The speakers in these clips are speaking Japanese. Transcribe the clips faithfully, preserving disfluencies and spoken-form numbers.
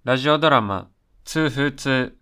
ラジオドラマ、痛風痛。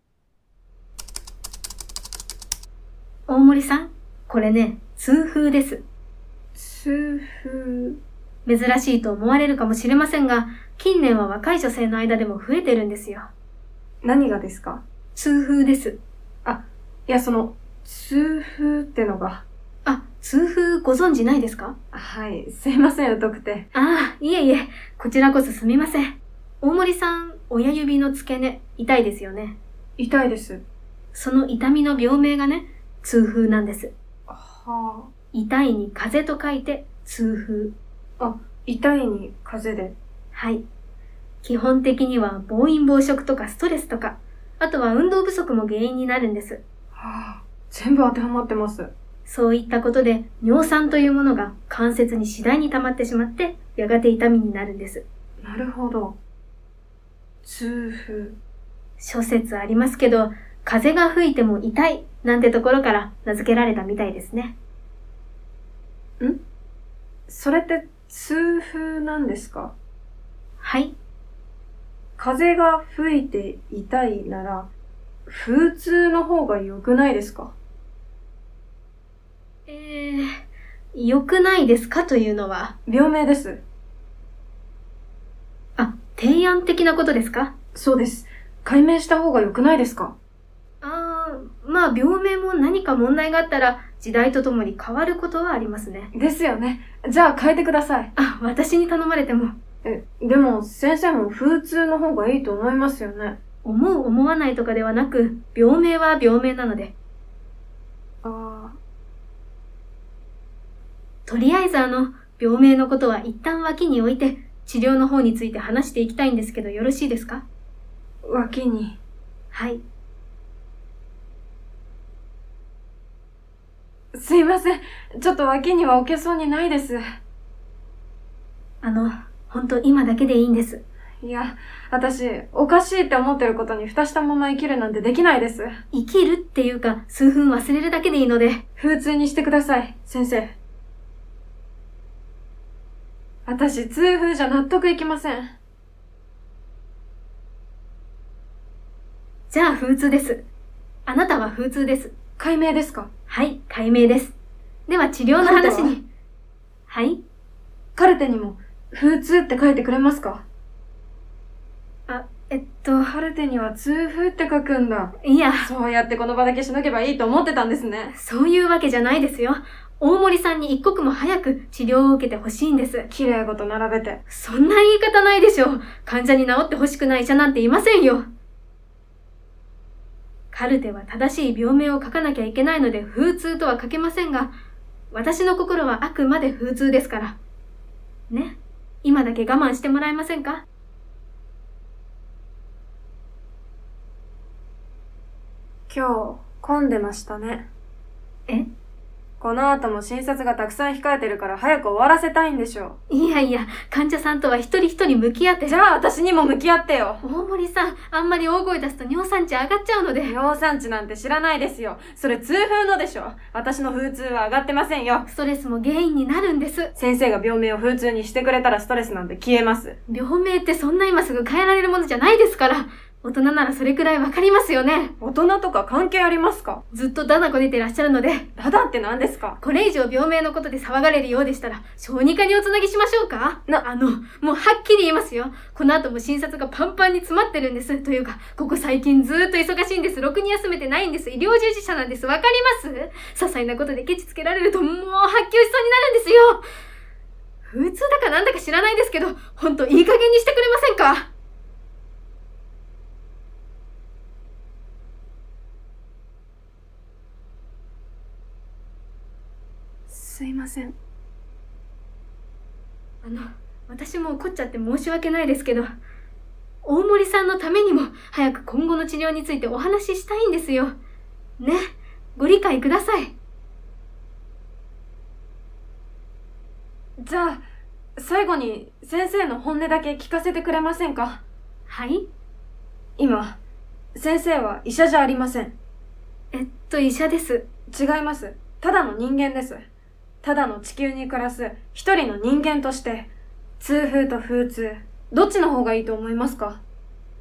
大森さん、これね、痛風です。 痛風。 珍しいと思われるかもしれませんが、近年は若い女性の間でも増えてるんですよ。 何がですか？ 痛風です。 あ、いやその、痛風ってのが。 あ、痛風ご存知ないですか？ はい、すいません、疎くて。 ああ、いえいえ、こちらこそすみません。大森さん、親指の付け根、痛いですよね。 痛いです。 その痛みの病名がね、痛風なんです。 はあ。 痛いに風と書いて、痛風。 あ、痛いに風邪で。 はい。基本的には暴飲暴食とかストレスとか、あとは運動不足も原因になるんです。 はあ、全部当てはまってます。 そういったことで尿酸というものが関節に次第に溜まってしまって、やがて痛みになるんです。 なるほど。痛風。 諸説ありますけど、風が吹いても痛いなんてところから名付けられたみたいですね。 ん？それって痛風なんですか？ はい。 風が吹いて痛いなら、風痛の方が良くないですか？ えー、良くないですかというのは。 病名です。 あ、提案的なことですか？ そうです。解明した方が良くないですか？ あー、まあ病名も何か問題があったら時代とともに変わることはありますね。 ですよね。じゃあ変えてください。 あ、私に頼まれても。 え、でも先生も風痛の方がいいと思いますよね。 思う思わないとかではなく、病名は病名なので。 あとりあえずあの、病名のことは一旦脇に置いて、治療の方について話していきたいんですけどよろしいですか？ ー、脇に。 はい。 すいません。ちょっと脇には置けそうにないです。 あの、ほんと今だけでいいんです。 いや、私、おかしいって思ってることに蓋したまま生きるなんてできないです。 生きるっていうか、数分忘れるだけでいいので。 風痛にしてください、先生。私、痛風じゃ納得いきません。 じゃあ、風痛です。あなたは風痛です。 解明ですか？ はい、解明です。では、治療の話に。はい？ カルテにも、風痛って書いてくれますか？ あ、えっと。 カルテには痛風って書くんだ。 いや。 そうやってこの場だけしのげばいいと思ってたんですね。 そういうわけじゃないですよ。大森さんに一刻も早く治療を受けてほしいんです。 綺麗事並べて。 そんな言い方ないでしょう。患者に治ってほしくない医者なんていませんよ。カルテは正しい病名を書かなきゃいけないので風痛とは書けませんが、私の心はあくまで風痛ですから。ね。今だけ我慢してもらえませんか？ 今日、混んでましたね。 え？ この後も診察がたくさん控えてるから早く終わらせたいんでしょ。 いやいや、患者さんとは一人一人向き合って。 じゃあ私にも向き合ってよ。 大森さん、あんまり大声出すと尿酸値上がっちゃうので。 尿酸値なんて知らないですよ。それ痛風のでしょ。私の風痛は上がってませんよ。 ストレスも原因になるんです。 先生が病名を風痛にしてくれたらストレスなんて消えます。 病名ってそんな今すぐ変えられるものじゃないですから。大人ならそれくらいわかりますよね。 大人とか関係ありますか？ ずっとダダこねてらっしゃるので。 ダダって何ですか？ これ以上病名のことで騒がれるようでしたら、小児科におつなぎしましょうか？ な、 あの、もうはっきり言いますよ。この後も診察がパンパンに詰まってるんです。というか、ここ最近ずーっと忙しいんです。ろくに休めてないんです。医療従事者なんです。わかります？些細なことでケチつけられるともう発狂しそうになるんですよ。風痛だかなんだか知らないですけど、ほんといい加減にしてくれませんか？ すいません。 あの、私も怒っちゃって申し訳ないですけど、大森さんのためにも早く今後の治療についてお話ししたいんですよ。ね、ご理解ください。 じゃあ、最後に先生の本音だけ聞かせてくれませんか？ はい？ 今、先生は医者じゃありません。 えっと、医者です。 違います。ただの人間です。ただの地球に暮らす一人の人間として、痛風と風痛、どっちの方がいいと思いますか？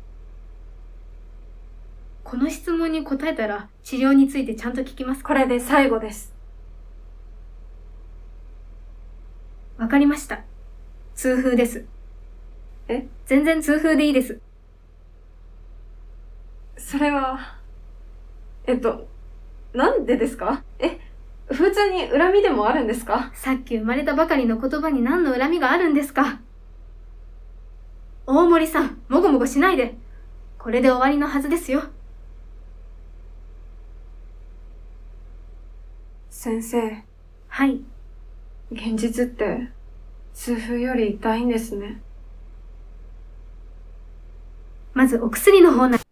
この質問に答えたら治療についてちゃんと聞きますか？ これで最後です。 わかりました。痛風です。 え？ 全然痛風でいいです。 それは、えっと、なんでですか？え、普通に恨みでもあるんですか？ さっき生まれたばかりの言葉に何の恨みがあるんですか？大森さん、もごもごしないで。これで終わりのはずですよ。 先生。 はい。 現実って、痛風より痛いんですね。 まずお薬の方な。